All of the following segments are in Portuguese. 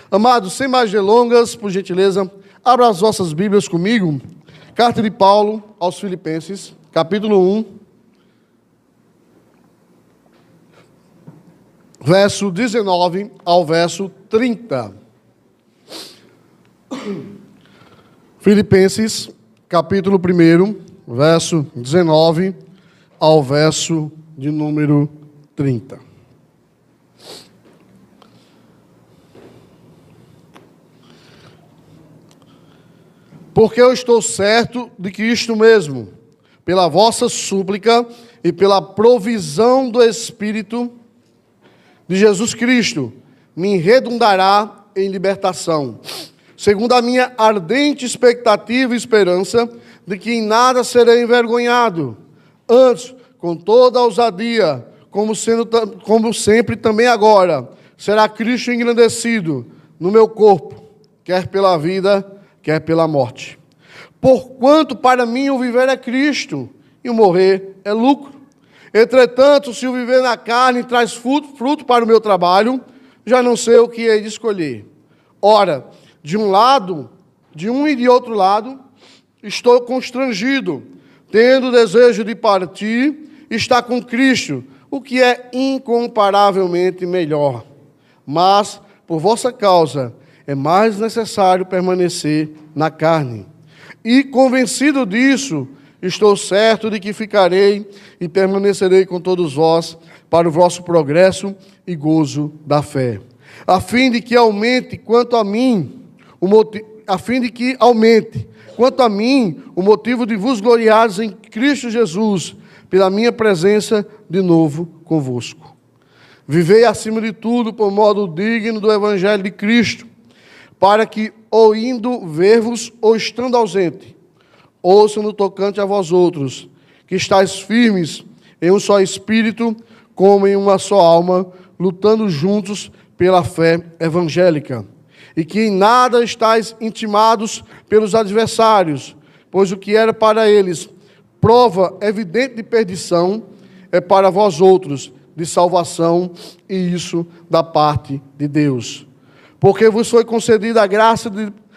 Amados, sem mais delongas, por gentileza, abra as vossas Bíblias comigo. Carta de Paulo aos Filipenses, capítulo 1, verso 19 ao verso 30. Filipenses, capítulo 1, verso 19 ao verso de número 30. Porque eu estou certo de que isto mesmo, pela vossa súplica e pela provisão do Espírito de Jesus Cristo, me redundará em libertação, segundo a minha ardente expectativa e esperança de que em nada serei envergonhado, antes, com toda a ousadia, como sempre também agora, será Cristo engrandecido no meu corpo, quer pela vida, quer pela morte. Porquanto para mim o viver é Cristo, e o morrer é lucro. Entretanto, se o viver na carne traz fruto para o meu trabalho, já não sei o que hei de escolher. Ora, de um e de outro lado, estou constrangido, tendo o desejo de partir e estar com Cristo, o que é incomparavelmente melhor. Mas, por vossa causa, é mais necessário permanecer na carne. E, convencido disso, estou certo de que ficarei e permanecerei com todos vós para o vosso progresso e gozo da fé, a fim de que aumente quanto a mim o motivo de vos gloriares em Cristo Jesus, pela minha presença de novo convosco. Vivei acima de tudo por modo digno do Evangelho de Cristo, para que, ou indo ver-vos, ou estando ausente, ouçam no tocante a vós outros, que estáis firmes em um só espírito, como em uma só alma, lutando juntos pela fé evangélica, e que em nada estáis intimados pelos adversários, pois o que era para eles prova evidente de perdição, é para vós outros de salvação, e isso da parte de Deus. Porque vos foi concedida a graça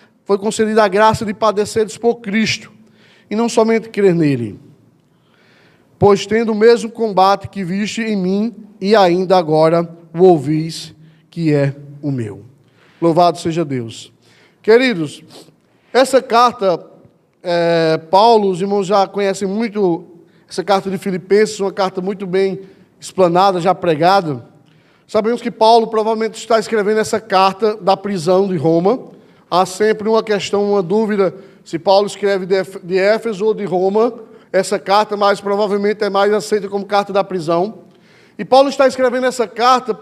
de padeceres por Cristo, e não somente crer nele. Pois tendo o mesmo combate que viste em mim, e ainda agora o ouvis, que é o meu. Louvado seja Deus. Queridos, essa carta, Paulo, os irmãos já conhecem muito essa carta de Filipenses, uma carta muito bem explanada, já pregada. Sabemos que Paulo provavelmente está escrevendo essa carta da prisão de Roma. Há sempre uma questão, uma dúvida, se Paulo escreve de Éfeso ou de Roma, essa carta, mas provavelmente é mais aceita como carta da prisão. E Paulo está escrevendo essa carta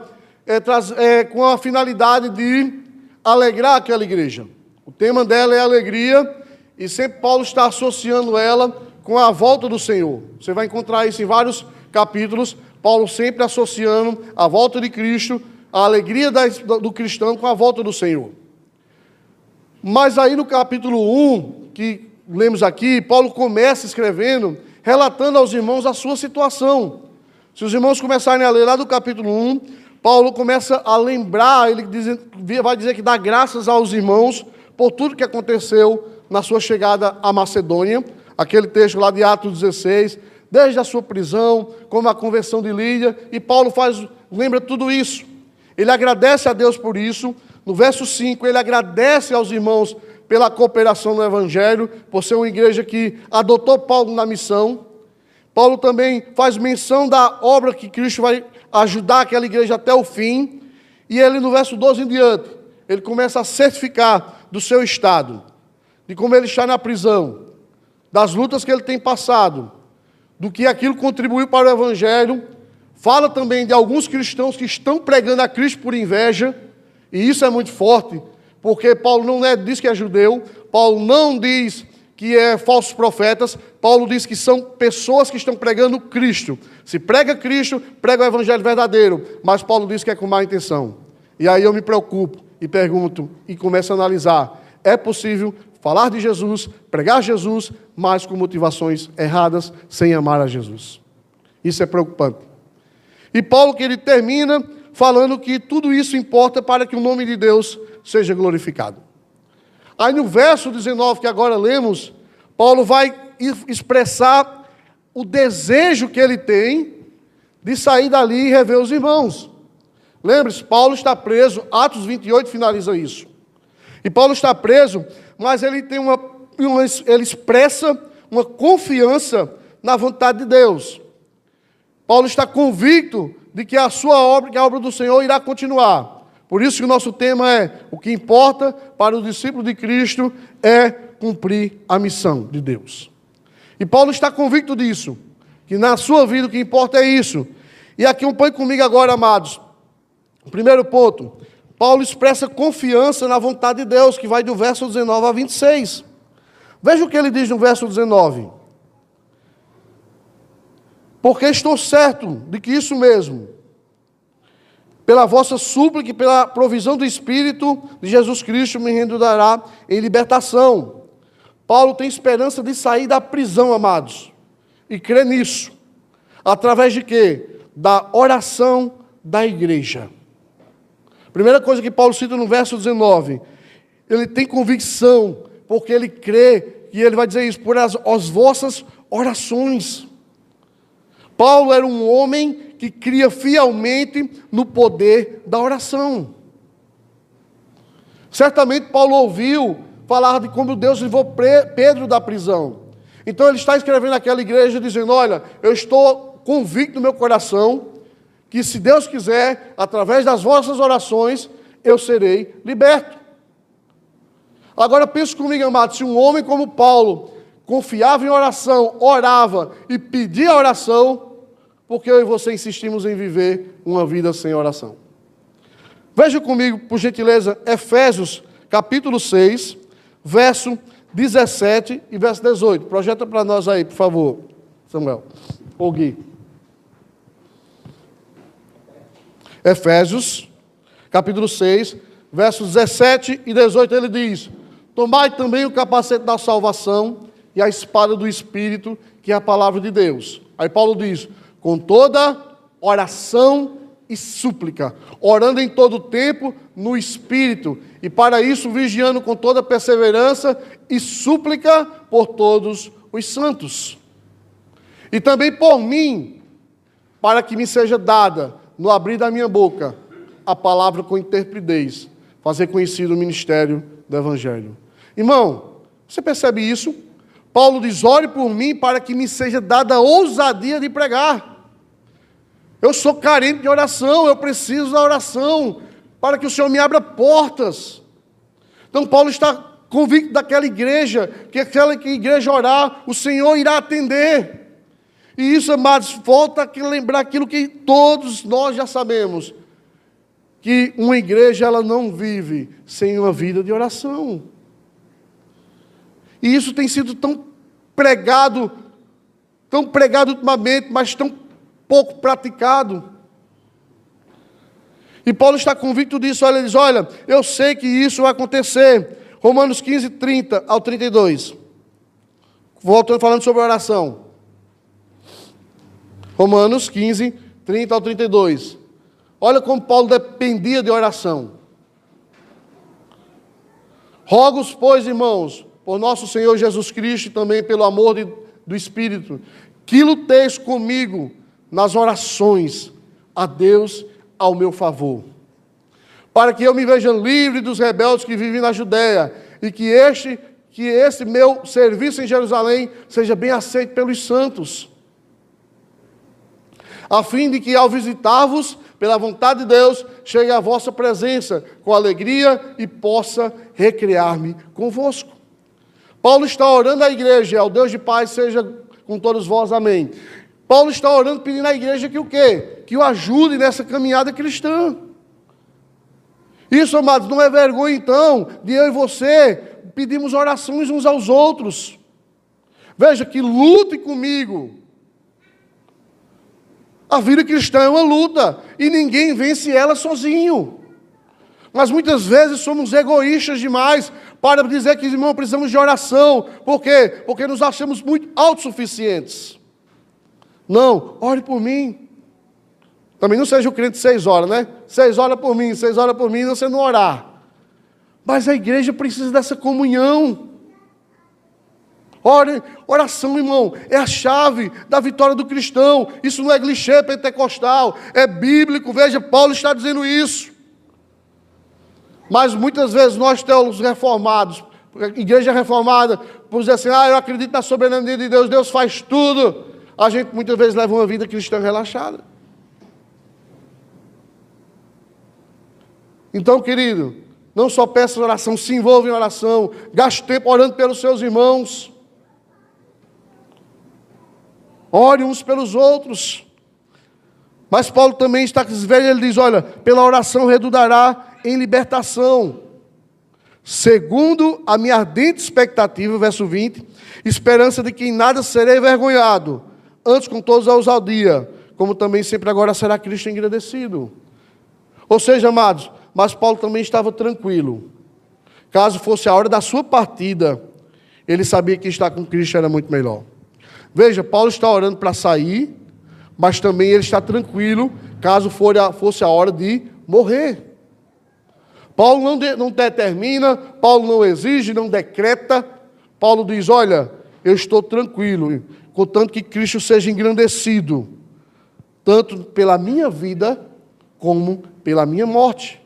com a finalidade de alegrar aquela igreja. O tema dela é alegria, e sempre Paulo está associando ela com a volta do Senhor. Você vai encontrar isso em vários capítulos, Paulo sempre associando a volta de Cristo, a alegria do cristão com a volta do Senhor. Mas aí no capítulo 1, que lemos aqui, Paulo começa escrevendo, relatando aos irmãos a sua situação. Se os irmãos começarem a ler lá do capítulo 1, Paulo começa a lembrar, vai dizer que dá graças aos irmãos por tudo que aconteceu na sua chegada à Macedônia, aquele texto lá de Atos 16, desde a sua prisão, como a conversão de Lídia, e Paulo lembra tudo isso. Ele agradece a Deus por isso. No verso 5, ele agradece aos irmãos pela cooperação no Evangelho, por ser uma igreja que adotou Paulo na missão. Paulo também faz menção da obra que Cristo vai ajudar aquela igreja até o fim. E ele, no verso 12 em diante, ele começa a certificar do seu estado, de como ele está na prisão, das lutas que ele tem passado, do que aquilo contribuiu para o Evangelho. Fala também de alguns cristãos que estão pregando a Cristo por inveja, e isso é muito forte, porque Paulo não diz que é judeu, Paulo não diz que é falsos profetas, Paulo diz que são pessoas que estão pregando Cristo. Se prega Cristo, prega o Evangelho verdadeiro, mas Paulo diz que é com má intenção. E aí eu me preocupo e pergunto e começo a analisar: é possível falar de Jesus, pregar Jesus, mas com motivações erradas, sem amar a Jesus? Isso é preocupante. E Paulo, que ele termina falando que tudo isso importa para que o nome de Deus seja glorificado. Aí no verso 19 que agora lemos, Paulo vai expressar o desejo que ele tem de sair dali e rever os irmãos. Lembre-se, Paulo está preso, Atos 28 finaliza isso. E Paulo está preso, mas ele tem ele expressa uma confiança na vontade de Deus. Paulo está convicto de que a sua obra, que a obra do Senhor irá continuar. Por isso que o nosso tema é: o que importa para o discípulo de Cristo é cumprir a missão de Deus. E Paulo está convicto disso, que na sua vida o que importa é isso. E aqui acompanhe comigo agora, amados. O primeiro ponto, Paulo expressa confiança na vontade de Deus, que vai do verso 19 a 26. Veja o que ele diz no verso 19. Porque estou certo de que isso mesmo, pela vossa súplica e pela provisão do Espírito de Jesus Cristo, me redundará em libertação. Paulo tem esperança de sair da prisão, amados, e crê nisso. Através de quê? Da oração da igreja. Primeira coisa que Paulo cita no verso 19, ele tem convicção, porque ele crê, e ele vai dizer isso, por as vossas orações. Paulo era um homem que cria fielmente no poder da oração. Certamente Paulo ouviu falar de como Deus livrou Pedro da prisão. Então ele está escrevendo naquela igreja dizendo: olha, eu estou convicto no meu coração que se Deus quiser, através das vossas orações, eu serei liberto. Agora pense comigo, amado, se um homem como Paulo confiava em oração, orava e pedia oração, por que eu e você insistimos em viver uma vida sem oração? Veja comigo, por gentileza, Efésios, capítulo 6, verso 17 e verso 18. Projeta para nós aí, por favor, Samuel. Ou Gui. Efésios, capítulo 6, versos 17 e 18, ele diz: tomai também o capacete da salvação e a espada do Espírito, que é a palavra de Deus. Aí Paulo diz: com toda oração e súplica, orando em todo tempo no Espírito, e para isso vigiando com toda perseverança e súplica por todos os santos. E também por mim, para que me seja dada, no abrir da minha boca, a palavra com interpretez, fazer conhecido o ministério do Evangelho. Irmão, você percebe isso? Paulo diz: ore por mim para que me seja dada a ousadia de pregar. Eu sou carente de oração, eu preciso da oração, para que o Senhor me abra portas. Então Paulo está convicto daquela igreja, que aquela igreja orar, o Senhor irá atender. E isso, amados, volta a lembrar aquilo que todos nós já sabemos, que uma igreja ela não vive sem uma vida de oração. E isso tem sido tão pregado ultimamente, mas tão pouco praticado. E Paulo está convicto disso. Olha, ele diz: olha, eu sei que isso vai acontecer. Romanos 15, 30 ao 32. Voltando falando sobre oração. Romanos 15, 30 ao 32. Olha como Paulo dependia de oração. Rogo-os, pois, irmãos, por nosso Senhor Jesus Cristo e também pelo amor do Espírito, que luteis comigo nas orações a Deus ao meu favor, para que eu me veja livre dos rebeldes que vivem na Judéia, e que esse meu serviço em Jerusalém seja bem aceito pelos santos, a fim de que, ao visitar-vos, pela vontade de Deus, chegue à vossa presença com alegria e possa recrear-me convosco. Paulo está orando à igreja: ao Deus de paz seja com todos vós, amém. Paulo está orando, pedindo à igreja que o quê? Que o ajude nessa caminhada cristã. Isso, amados, não é vergonha, então, de eu e você pedirmos orações uns aos outros. Veja, que lute comigo. A vida cristã é uma luta, e ninguém vence ela sozinho. Mas muitas vezes somos egoístas demais para dizer que, irmão, precisamos de oração. Por quê? Porque nos achamos muito autossuficientes. Não, ore por mim. Também não seja o crente 6 horas, né? 6 horas por mim, 6 horas por mim, você não orar. Mas a igreja precisa dessa comunhão. Oração, irmão, é a chave da vitória do cristão. Isso não é clichê pentecostal, é bíblico. Veja, Paulo está dizendo isso. Mas muitas vezes nós, teólogos reformados, igreja reformada, por dizer assim, eu acredito na soberania de Deus, Deus faz tudo. A gente muitas vezes leva uma vida cristã relaxada. Então, querido, não só peça oração, se envolva em oração, gaste tempo orando pelos seus irmãos. Ore uns pelos outros. Mas Paulo também está dizendo, ele diz, olha, pela oração redundará em libertação. Segundo a minha ardente expectativa, verso 20, esperança de que em nada serei envergonhado, antes com todos a ousadia, como também sempre agora será Cristo engrandecido. Ou seja, amados, mas Paulo também estava tranquilo. Caso fosse a hora da sua partida, ele sabia que estar com Cristo era muito melhor. Veja, Paulo está orando para sair, mas também ele está tranquilo, caso fosse a hora de morrer. Paulo não determina, Paulo não exige, não decreta. Paulo diz, olha, eu estou tranquilo, contanto que Cristo seja engrandecido, tanto pela minha vida, como pela minha morte.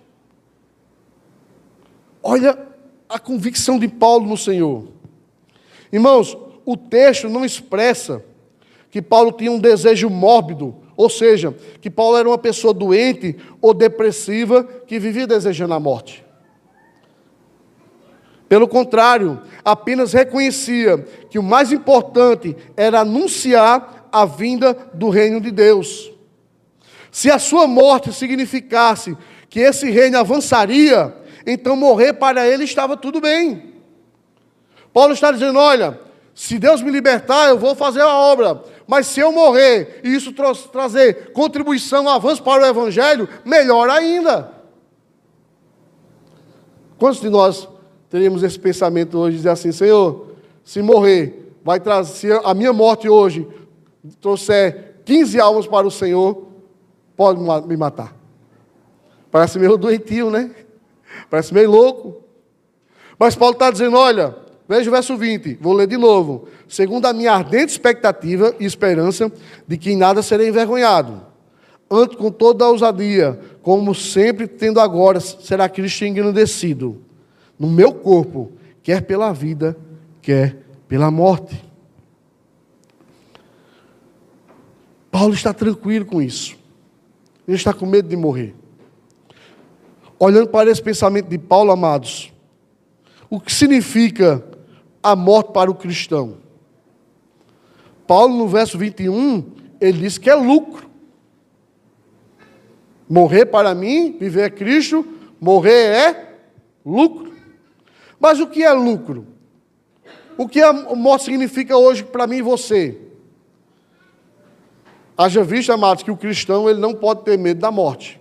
Olha a convicção de Paulo no Senhor. Irmãos, o texto não expressa que Paulo tinha um desejo mórbido, ou seja, que Paulo era uma pessoa doente ou depressiva que vivia desejando a morte. Pelo contrário, apenas reconhecia que o mais importante era anunciar a vinda do reino de Deus. Se a sua morte significasse que esse reino avançaria, então morrer para ele estava tudo bem. Paulo está dizendo, olha, se Deus me libertar, eu vou fazer a obra. Mas se eu morrer e isso trazer contribuição, avanço para o Evangelho, melhor ainda. Quantos de nós teríamos esse pensamento hoje, dizer assim, Senhor, se morrer, vai trazer, se a minha morte hoje trouxer 15 almas para o Senhor, pode me matar. Parece meio doentio, né? Parece meio louco. Mas Paulo está dizendo, olha, veja o verso 20, vou ler de novo. Segundo a minha ardente expectativa e esperança de que em nada serei envergonhado, antes com toda a ousadia, como sempre tendo agora, será Cristo engrandecido no meu corpo, quer pela vida, quer pela morte. Paulo está tranquilo com isso. Ele está com medo de morrer. Olhando para esse pensamento de Paulo, amados, o que significa a morte para o cristão? Paulo, no verso 21, ele diz que é lucro. Morrer para mim, viver é Cristo, morrer é lucro. Mas o que é lucro? O que a morte significa hoje para mim e você? Haja visto, amados, que o cristão ele não pode ter medo da morte.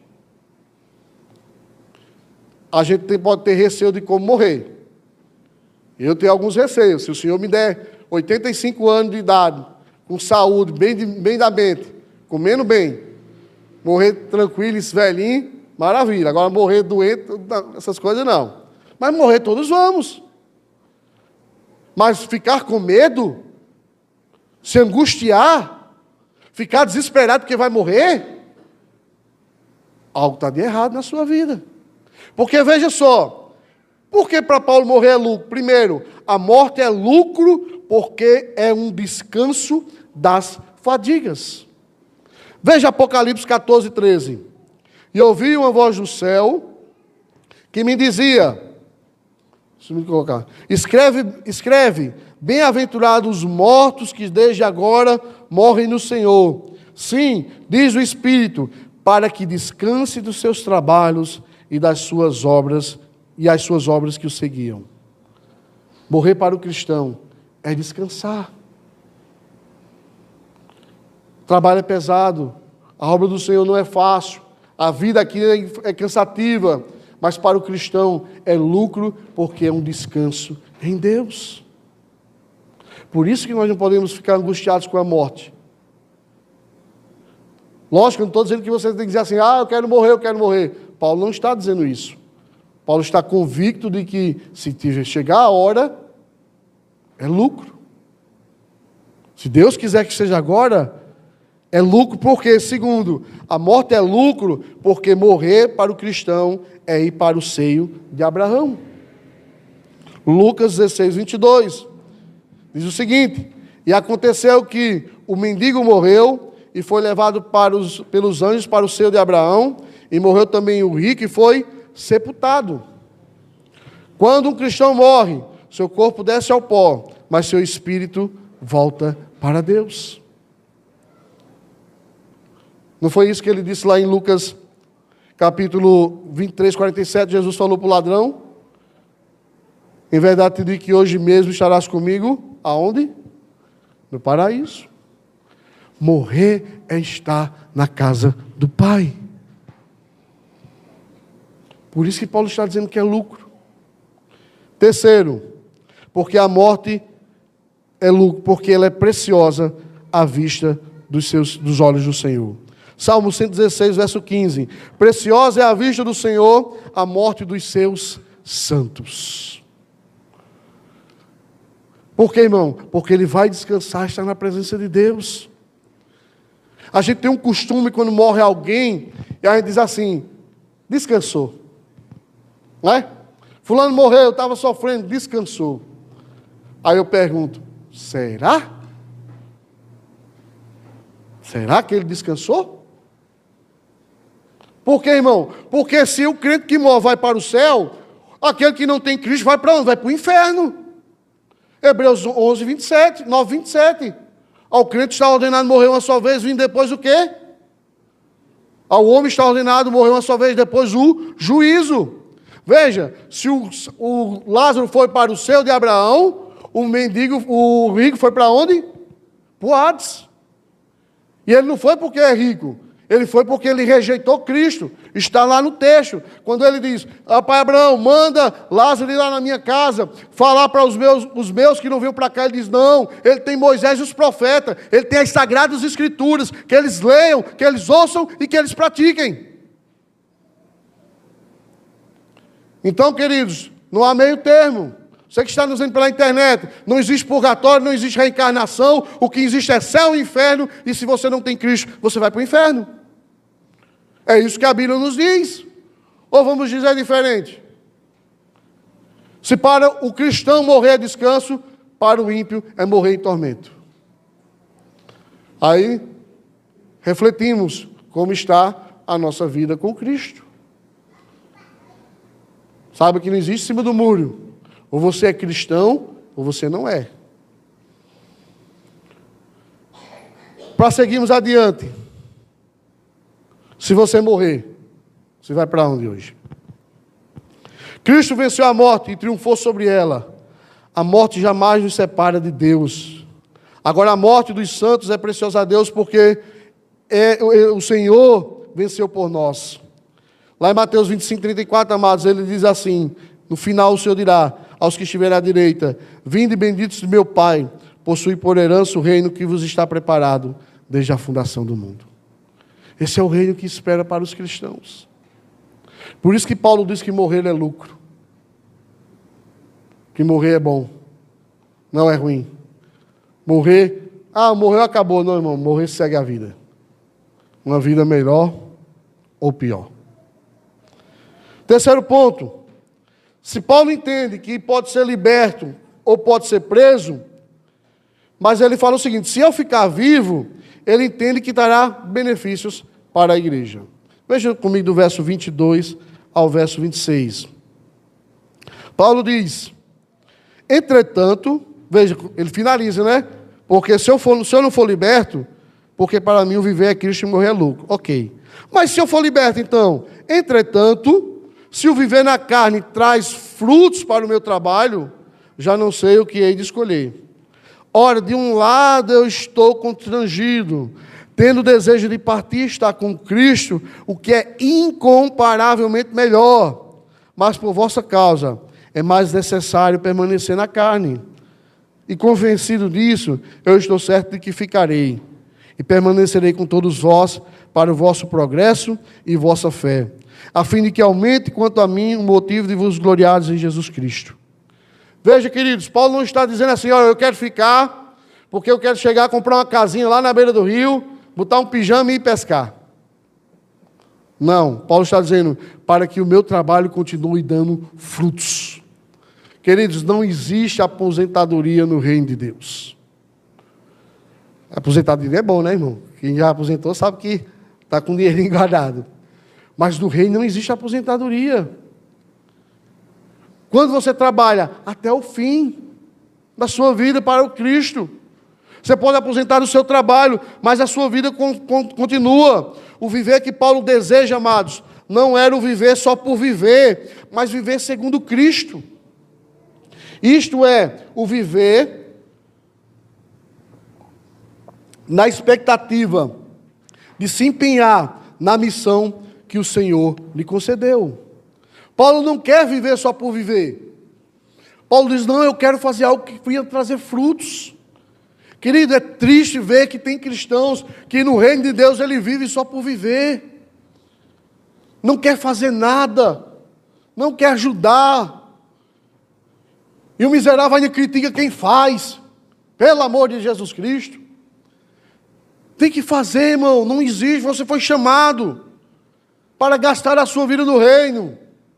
A gente pode ter receio de como morrer. Eu tenho alguns receios. Se o Senhor me der 85 anos de idade, com saúde, bem da mente, comendo bem, morrer tranquilo e velhinho, maravilha. Agora morrer doente, essas coisas não. Mas morrer todos vamos. Mas ficar com medo, se angustiar, ficar desesperado porque vai morrer, algo está de errado na sua vida. Porque veja só, por que para Paulo morrer é lucro? Primeiro, a morte é lucro porque é um descanso das fadigas. Veja Apocalipse 14, 13. E ouvi uma voz do céu que me dizia, deixa eu me colocar, escreve, bem-aventurados os mortos que desde agora morrem no Senhor. Sim, diz o Espírito, para que descanse dos seus trabalhos e das suas obras, e as suas obras que o seguiam. Morrer para o cristão é descansar. O trabalho é pesado, a obra do Senhor não é fácil, a vida aqui é cansativa, mas para o cristão é lucro, porque é um descanso em Deus. Por isso que nós não podemos ficar angustiados com a morte. Lógico, eu não estou dizendo que você tem que dizer assim, eu quero morrer, eu quero morrer. Paulo não está dizendo isso. Paulo está convicto de que se chegar a hora, é lucro. Se Deus quiser que seja agora, é lucro porque, segundo, a morte é lucro porque morrer para o cristão é ir para o seio de Abraão. Lucas 16, 22, diz o seguinte: e aconteceu que o mendigo morreu e foi levado pelos anjos para o seio de Abraão, e morreu também o rico e foi sepultado. Quando um cristão morre, seu corpo desce ao pó, mas seu espírito volta para Deus. Não foi isso que ele disse lá em Lucas capítulo 23, 47, Jesus falou para o ladrão: em verdade te digo que hoje mesmo estarás comigo, aonde? No paraíso. Morrer é estar na casa do Pai. Por isso que Paulo está dizendo que é lucro. Terceiro, porque a morte é lucro, porque ela é preciosa à vista dos olhos do Senhor. Salmo 116, verso 15. Preciosa é à vista do Senhor a morte dos seus santos. Por quê, irmão? Porque ele vai descansar, estar na presença de Deus. A gente tem um costume, quando morre alguém, e a gente diz assim: descansou. Não é? Fulano morreu, estava sofrendo, descansou. Aí eu pergunto: será? Será que ele descansou? Por quê, irmão? Porque se o crente que morre vai para o céu, aquele que não tem Cristo vai para onde? Vai para o inferno. Hebreus 11, 27, 9, 27. Ao crente está ordenado morrer uma só vez, vindo depois o quê? Ao homem está ordenado morrer uma só vez, depois o juízo. Veja, se o Lázaro foi para o seio de Abraão, o rico foi para onde? Para o Hades. E ele não foi porque é rico, ele foi porque ele rejeitou Cristo. Está lá no texto, quando ele diz: pai Abraão, manda Lázaro ir lá na minha casa, falar para os meus que não venham para cá. Ele diz: não, ele tem Moisés e os profetas, ele tem as sagradas escrituras, que eles leiam, que eles ouçam e que eles pratiquem. Então, queridos, não há meio termo. Você que está nos vendo pela internet, não existe purgatório, não existe reencarnação, o que existe é céu e inferno, e se você não tem Cristo, você vai para o inferno. É isso que a Bíblia nos diz. Ou vamos dizer diferente? Se para o cristão morrer é descanso, para o ímpio é morrer em tormento. Aí, refletimos como está a nossa vida com Cristo. Sabe que não existe em cima do muro. Ou você é cristão, ou você não é. Para seguirmos adiante. Se você morrer, você vai para onde hoje? Cristo venceu a morte e triunfou sobre ela. A morte jamais nos separa de Deus. Agora a morte dos santos é preciosa a Deus porque o Senhor venceu por nós. Lá em Mateus 25, 34, amados, ele diz assim: no final o Senhor dirá aos que estiverem à direita: vinde benditos de meu Pai, possui por herança o reino que vos está preparado desde a fundação do mundo. Esse é o reino que espera para os cristãos. Por isso que Paulo diz que morrer é lucro. Que morrer é bom. Não é ruim. Morrer, morreu, acabou. Não, irmão, morrer segue a vida. Uma vida melhor ou pior. Terceiro ponto. Se Paulo entende que pode ser liberto ou pode ser preso, mas ele fala o seguinte: se eu ficar vivo, ele entende que dará benefícios para a igreja. Veja comigo do verso 22 ao verso 26. Paulo diz: entretanto, veja, ele finaliza, né? Porque se eu não for liberto, porque para mim o viver é Cristo e morrer é lucro. Ok. Mas se eu for liberto, então, entretanto, se o viver na carne traz frutos para o meu trabalho, já não sei o que hei de escolher. Ora, de um lado eu estou constrangido, tendo o desejo de partir e estar com Cristo, o que é incomparavelmente melhor. Mas por vossa causa é mais necessário permanecer na carne. E convencido disso, eu estou certo de que ficarei e permanecerei com todos vós, para o vosso progresso e vossa fé, a fim de que aumente quanto a mim o motivo de vos gloriares em Jesus Cristo. Veja, queridos, Paulo não está dizendo assim, olha, eu quero ficar, porque eu quero chegar a comprar uma casinha lá na beira do rio, botar um pijama e ir pescar. Não, Paulo está dizendo, para que o meu trabalho continue dando frutos. Queridos, não existe aposentadoria no reino de Deus. Aposentadoria é bom, né, irmão? Quem já aposentou sabe que está com dinheirinho guardado. Mas no reino não existe aposentadoria. Quando você trabalha até o fim da sua vida para o Cristo, você pode aposentar do seu trabalho, mas a sua vida continua. O viver que Paulo deseja, amados, não era o viver só por viver, mas viver segundo Cristo. Isto é, o viver na expectativa de se empenhar na missão que o Senhor lhe concedeu. Paulo não quer viver só por viver. Paulo diz, não, eu quero fazer algo que venha trazer frutos. Querido, é triste ver que tem cristãos que no reino de Deus ele vive só por viver. Não quer fazer nada. Não quer ajudar. E o miserável ainda critica quem faz. Pelo amor de Jesus Cristo. Tem que fazer, irmão. Não existe. Você foi chamado para gastar a sua vida no reino.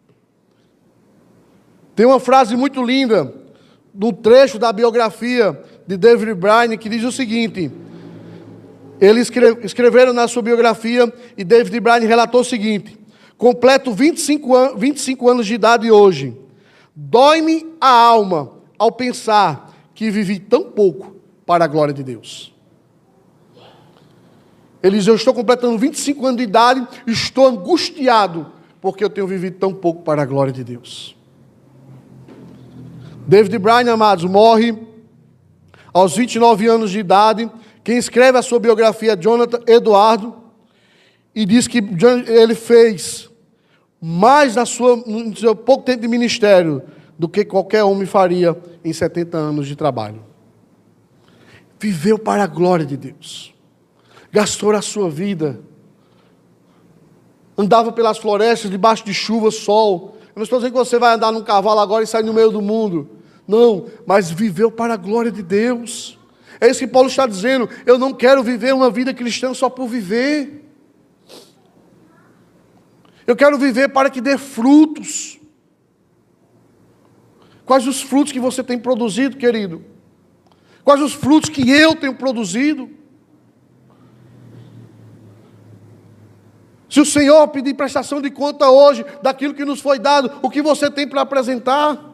Tem uma frase muito linda, no trecho da biografia de David Brainerd, que diz o seguinte, eles escreveram na sua biografia, e David Brainerd relatou o seguinte, completo 25 anos de idade hoje, dói-me a alma ao pensar que vivi tão pouco para a glória de Deus. Ele diz, eu estou completando 25 anos de idade, estou angustiado, porque eu tenho vivido tão pouco para a glória de Deus. David Brainerd, amados, morre aos 29 anos de idade. Quem escreve a sua biografia é Jonathan Eduardo, e diz que ele fez mais no seu pouco tempo de ministério do que qualquer homem faria em 70 anos de trabalho. Viveu para a glória de Deus. Gastou a sua vida. Andava pelas florestas, debaixo de chuva, sol. Eu não estou dizendo que você vai andar num cavalo agora e sair no meio do mundo. Não, mas viveu para a glória de Deus. É isso que Paulo está dizendo. Eu não quero viver uma vida cristã só por viver. Eu quero viver para que dê frutos. Quais os frutos que você tem produzido, querido? Quais os frutos que eu tenho produzido? Se o Senhor pedir prestação de conta hoje daquilo que nos foi dado, o que você tem para apresentar?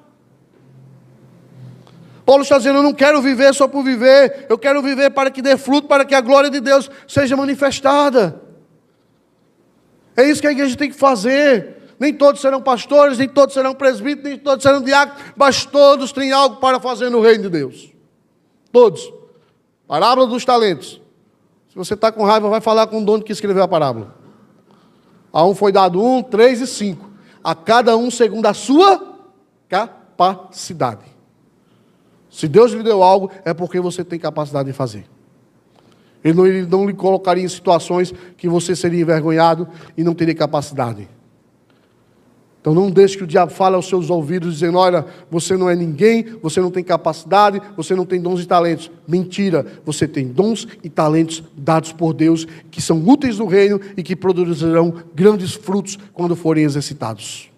Paulo está dizendo, eu não quero viver só por viver, eu quero viver para que dê fruto, para que a glória de Deus seja manifestada. É isso que a igreja tem que fazer. Nem todos serão pastores, nem todos serão presbíteros, nem todos serão diáconos, mas todos têm algo para fazer no reino de Deus. Todos. Parábola dos talentos. Se você está com raiva, vai falar com o dono que escreveu a parábola. A um foi dado 1, 3 e 5. A cada um segundo a sua capacidade. Se Deus lhe deu algo, é porque você tem capacidade de fazer. Ele não lhe colocaria em situações que você seria envergonhado e não teria capacidade. Então não deixe que o diabo fale aos seus ouvidos, dizendo, olha, você não é ninguém, você não tem capacidade, você não tem dons e talentos. Mentira, você tem dons e talentos dados por Deus, que são úteis no reino e que produzirão grandes frutos quando forem exercitados.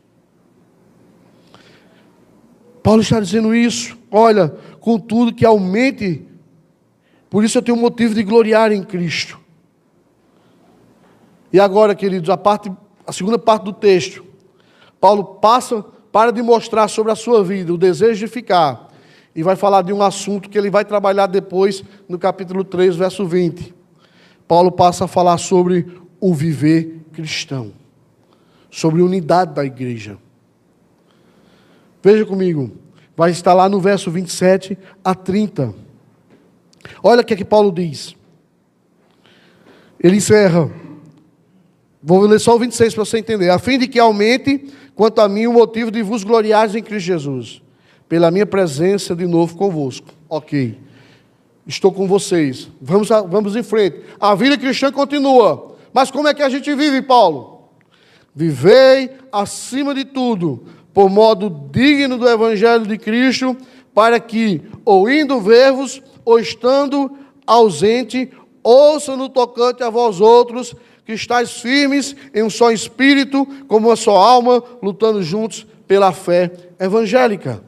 Paulo está dizendo isso, olha, contudo que aumente, por isso eu tenho motivo de gloriar em Cristo. E agora, queridos, a segunda parte do texto, Paulo passa para demonstrar sobre a sua vida, o desejo de ficar, e vai falar de um assunto que ele vai trabalhar depois no capítulo 3, verso 20. Paulo passa a falar sobre o viver cristão, sobre a unidade da igreja. Veja comigo, vai estar lá no verso 27 a 30. Olha o que é que Paulo diz. Ele encerra. Vou ler só o 26 para você entender. A fim de que aumente, quanto a mim, o motivo de vos gloriares em Cristo Jesus, pela minha presença de novo convosco. Ok. Estou com vocês. Vamos em frente. A vida cristã continua. Mas como é que a gente vive, Paulo? Vivei acima de tudo, por modo digno do Evangelho de Cristo, para que, ou indo ver-vos, ou estando ausente, ouça no tocante a vós outros, que estáis firmes em um só espírito, como uma só alma, lutando juntos pela fé evangélica.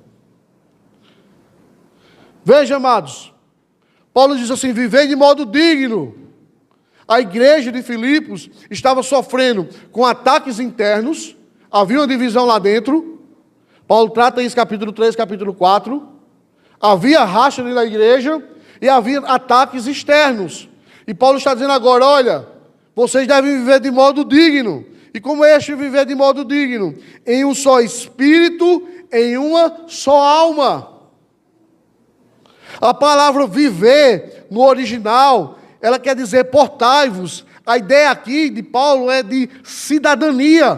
Veja, amados, Paulo diz assim, vivei de modo digno. A igreja de Filipos estava sofrendo com ataques internos, havia uma divisão lá dentro. Paulo trata isso capítulo 3, capítulo 4. Havia racha na igreja e havia ataques externos. E Paulo está dizendo agora, olha, vocês devem viver de modo digno. E como é este viver de modo digno? Em um só espírito, em uma só alma. A palavra viver, no original, ela quer dizer portai-vos. A ideia aqui de Paulo é de cidadania.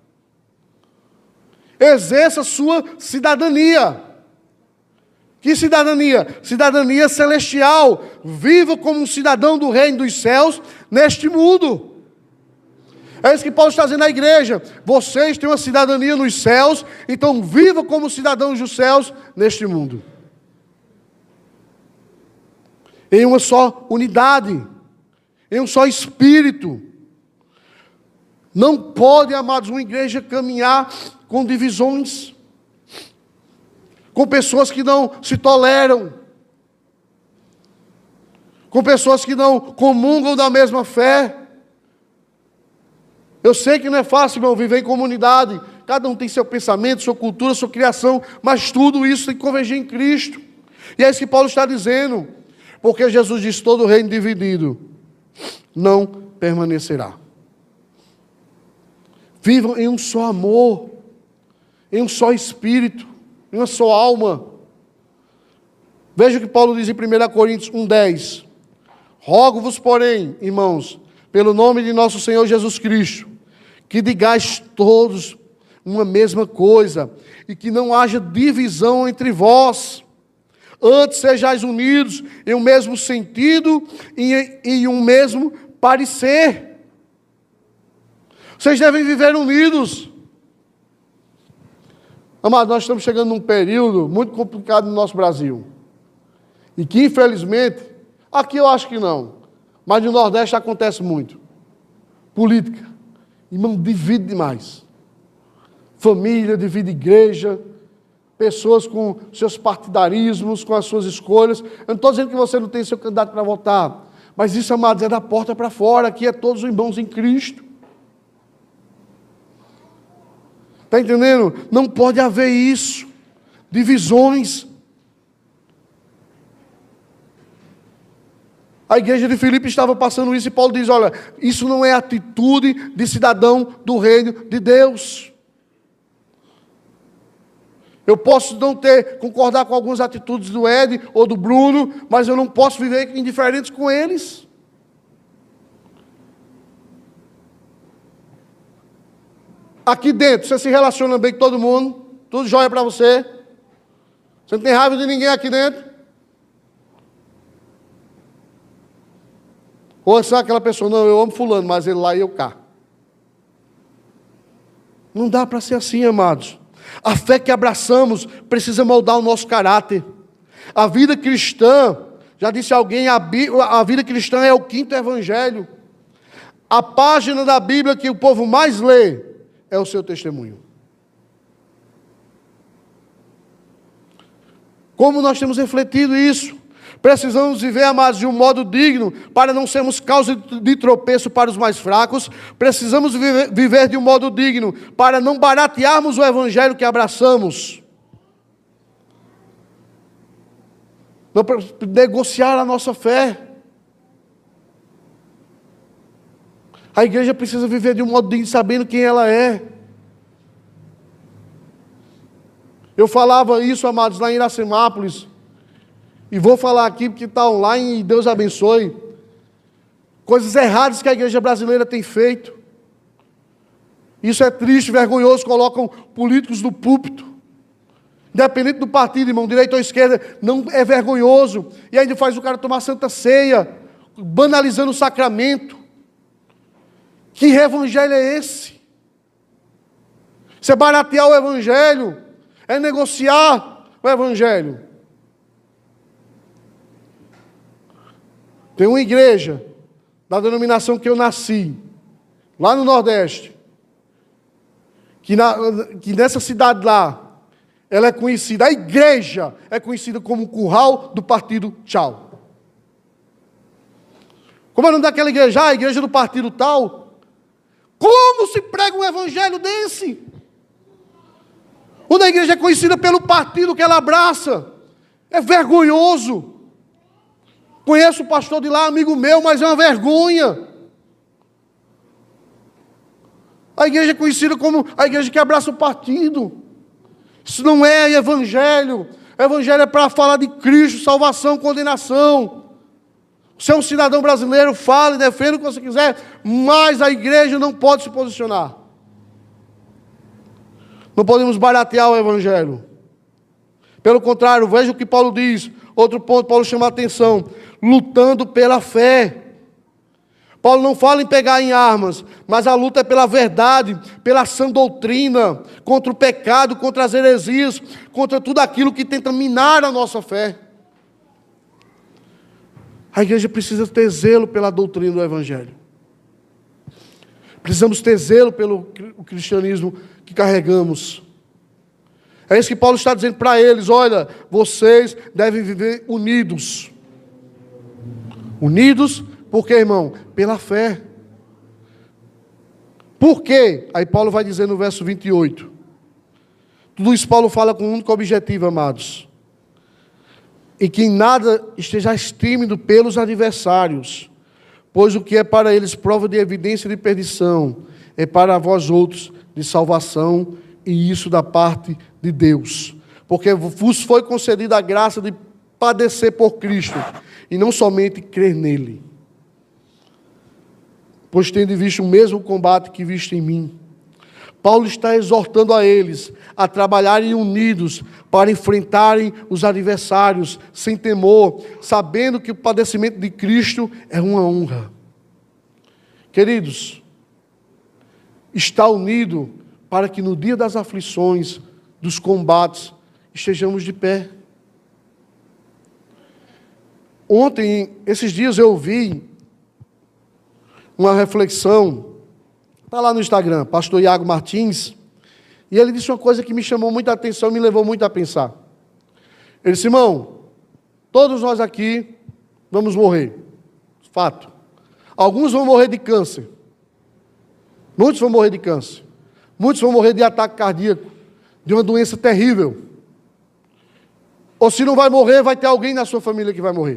Exerça sua cidadania. Que cidadania? Cidadania celestial. Viva como um cidadão do reino dos céus neste mundo. É isso que Paulo está dizendo à igreja. Vocês têm uma cidadania nos céus, então viva como cidadãos dos céus neste mundo. Em uma só unidade, em um só espírito. Não pode, amados, uma igreja caminhar com divisões, com pessoas que não se toleram, com pessoas que não comungam da mesma fé. Eu sei que não é fácil, irmão, viver em comunidade. Cada um tem seu pensamento, sua cultura, sua criação, mas tudo isso tem que convergir em Cristo. E é isso que Paulo está dizendo. Porque Jesus diz, todo reino dividido não permanecerá. Vivam em um só amor, em um só espírito, em uma só alma. Veja o que Paulo diz em 1 Coríntios 1,10. Rogo-vos, porém, irmãos, pelo nome de nosso Senhor Jesus Cristo, que digais todos uma mesma coisa, e que não haja divisão entre vós. Antes sejais unidos em um mesmo sentido e em um mesmo parecer. Vocês devem viver unidos. Amados, nós estamos chegando num período muito complicado no nosso Brasil. E que, infelizmente, aqui eu acho que não, mas no Nordeste acontece muito. Política. Irmão, divide demais. Família, divide igreja. Pessoas com seus partidarismos, com as suas escolhas. Eu não estou dizendo que você não tem seu candidato para votar. Mas isso, amados, é da porta para fora. Aqui é todos os irmãos em Cristo. Está entendendo? Não pode haver isso. Divisões. A igreja de Filipe estava passando isso e Paulo diz, olha, isso não é atitude de cidadão do reino de Deus. Eu posso não concordar com algumas atitudes do Ed ou do Bruno, mas eu não posso viver indiferentes com eles. Aqui dentro, você se relaciona bem com todo mundo, tudo jóia para você. Você não tem raiva de ninguém aqui dentro. Ou é só aquela pessoa, não, eu amo fulano, mas ele lá e eu cá. Não dá para ser assim, amados. A fé que abraçamos precisa moldar o nosso caráter. A vida cristã, já disse alguém, a vida cristã é o quinto evangelho. A página da Bíblia que o povo mais lê é o seu testemunho. Como nós temos refletido isso? Precisamos viver, amados, de um modo digno, para não sermos causa de tropeço para os mais fracos. Precisamos viver de um modo digno, para não baratearmos o evangelho que abraçamos. Não para negociar a nossa fé. A igreja precisa viver de um modo digno, sabendo quem ela é. Eu falava isso, amados, lá em Iracemápolis. E vou falar aqui porque está online e Deus abençoe. Coisas erradas que a igreja brasileira tem feito. Isso é triste, vergonhoso. Colocam políticos no púlpito. Independente do partido, irmão, direita ou esquerda, não é vergonhoso. E ainda faz o cara tomar santa ceia, banalizando o sacramento. Que evangelho é esse? Isso é baratear o evangelho, é negociar o evangelho. Tem uma igreja da denominação que eu nasci, lá no Nordeste, que nessa cidade lá, ela é conhecida, a igreja é conhecida como o curral do partido Tchau. Como é o nome daquela igreja? A igreja do partido tal. Como se prega um evangelho desse? Quando a igreja é conhecida pelo partido que ela abraça, é vergonhoso. Conheço o pastor de lá, amigo meu, mas é uma vergonha. A igreja é conhecida como a igreja que abraça o partido. Isso não é evangelho. Evangelho é para falar de Cristo, salvação, condenação. Você é um cidadão brasileiro, fale, defenda o que você quiser, mas a igreja não pode se posicionar. Não podemos baratear o evangelho. Pelo contrário, veja o que Paulo diz. Outro ponto, Paulo chama a atenção. Lutando pela fé. Paulo não fala em pegar em armas, mas a luta é pela verdade, pela sã doutrina, contra o pecado, contra as heresias, contra tudo aquilo que tenta minar a nossa fé. A igreja precisa ter zelo pela doutrina do evangelho. Precisamos ter zelo pelo cristianismo que carregamos. É isso que Paulo está dizendo para eles: olha, vocês devem viver unidos. Unidos, por quê, irmão? Pela fé. Por quê? Aí Paulo vai dizer no verso 28. Tudo isso Paulo fala com um único objetivo, amados. E que em nada estejais tímido pelos adversários, pois o que é para eles prova de evidência de perdição, é para vós outros de salvação, e isso da parte de Deus. Porque vos foi concedida a graça de padecer por Cristo, e não somente crer nele. Pois tende visto o mesmo combate que viste em mim. Paulo está exortando a eles a trabalharem unidos para enfrentarem os adversários sem temor, sabendo que o padecimento de Cristo é uma honra. Queridos, está unido para que no dia das aflições, dos combates, estejamos de pé. Ontem, esses dias eu ouvi uma reflexão, está lá no Instagram, pastor Iago Martins, e ele disse uma coisa que me chamou muita atenção e me levou muito a pensar. Ele disse: irmão, todos nós aqui vamos morrer, fato. Alguns vão morrer de câncer, muitos vão morrer de câncer, muitos vão morrer de ataque cardíaco, de uma doença terrível. Ou se não vai morrer, vai ter alguém na sua família que vai morrer.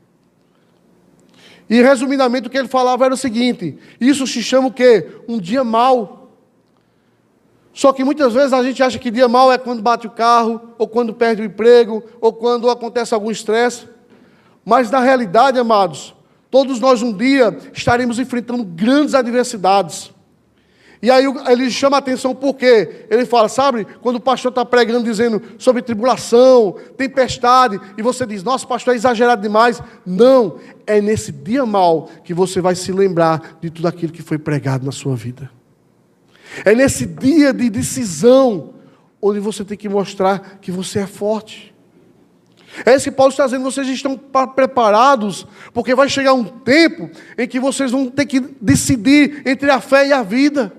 E resumidamente o que ele falava era o seguinte: isso se chama o quê? Um dia mau. Só que muitas vezes a gente acha que dia mau é quando bate o carro, ou quando perde o emprego, ou quando acontece algum estresse. Mas na realidade, amados, todos nós um dia estaremos enfrentando grandes adversidades. E aí ele chama a atenção porque ele fala, sabe, quando o pastor está pregando dizendo sobre tribulação, tempestade, e você diz: nossa, pastor, é exagerado demais. Não, é nesse dia mau que você vai se lembrar de tudo aquilo que foi pregado na sua vida. É nesse dia de decisão onde você tem que mostrar que você é forte. É isso que Paulo está dizendo: vocês estão preparados, porque vai chegar um tempo em que vocês vão ter que decidir entre a fé e a vida.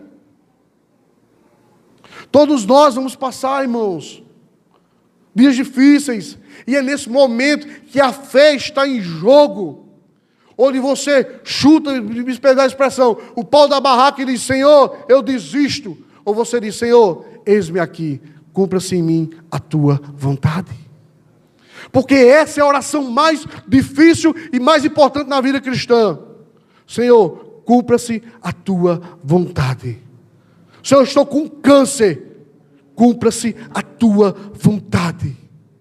Todos nós vamos passar, irmãos, dias difíceis, e é nesse momento que a fé está em jogo, onde você chuta, me perdão a expressão, o pau da barraca e diz: Senhor, eu desisto. Ou você diz: Senhor, eis-me aqui, cumpra-se em mim a tua vontade. Porque essa é a oração mais difícil e mais importante na vida cristã. Senhor, cumpra-se a tua vontade. Senhor, eu estou com câncer, cumpra-se a tua vontade.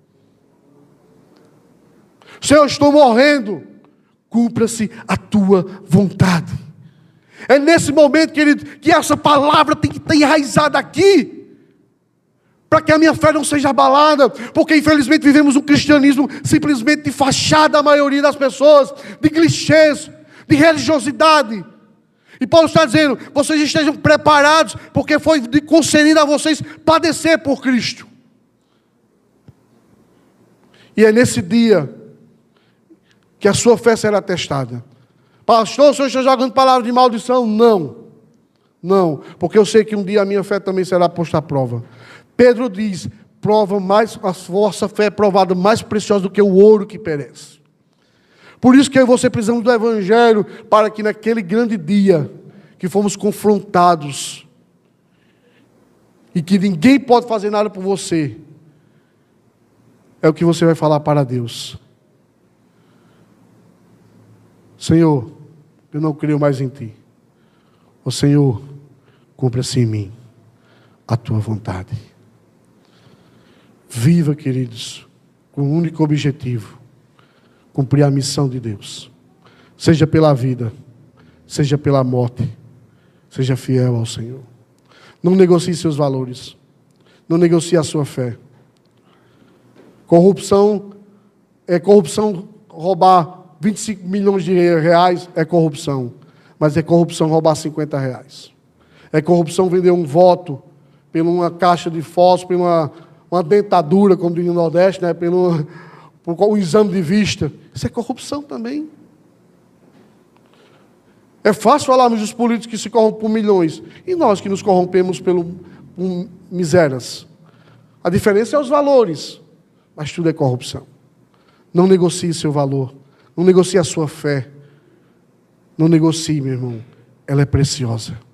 Senhor, eu estou morrendo, cumpra-se a tua vontade. É nesse momento, querido, que essa palavra tem que estar enraizada aqui, para que a minha fé não seja abalada, porque infelizmente vivemos um cristianismo simplesmente de fachada, a maioria das pessoas, de clichês, de religiosidade. E Paulo está dizendo, vocês estejam preparados, porque foi concedido a vocês padecer por Cristo. E é nesse dia que a sua fé será testada. Pastor, o senhor está jogando palavra de maldição? Não. Não, porque eu sei que um dia a minha fé também será posta à prova. Pedro diz, prova mais, a vossa fé é provada mais preciosa do que o ouro que perece. Por isso que eu e você precisamos do Evangelho, para que naquele grande dia, que fomos confrontados, e que ninguém pode fazer nada por você, é o que você vai falar para Deus. Senhor, eu não creio mais em Ti. Ó Senhor, cumpra-se em mim a Tua vontade. Viva, queridos, com um único objetivo: cumprir a missão de Deus. Seja pela vida, seja pela morte, seja fiel ao Senhor. Não negocie seus valores. Não negocie a sua fé. Corrupção é corrupção. Roubar 25 milhões de reais é corrupção. Mas é corrupção roubar 50 reais. É corrupção vender um voto por uma caixa de fósforo, por uma dentadura, como diz no Nordeste, né? Por um exame de vista. Isso é corrupção também. É fácil falarmos dos políticos que se corrompem por milhões. E nós que nos corrompemos por misérias. A diferença é os valores. Mas tudo é corrupção. Não negocie seu valor. Não negocie a sua fé. Não negocie, meu irmão. Ela é preciosa.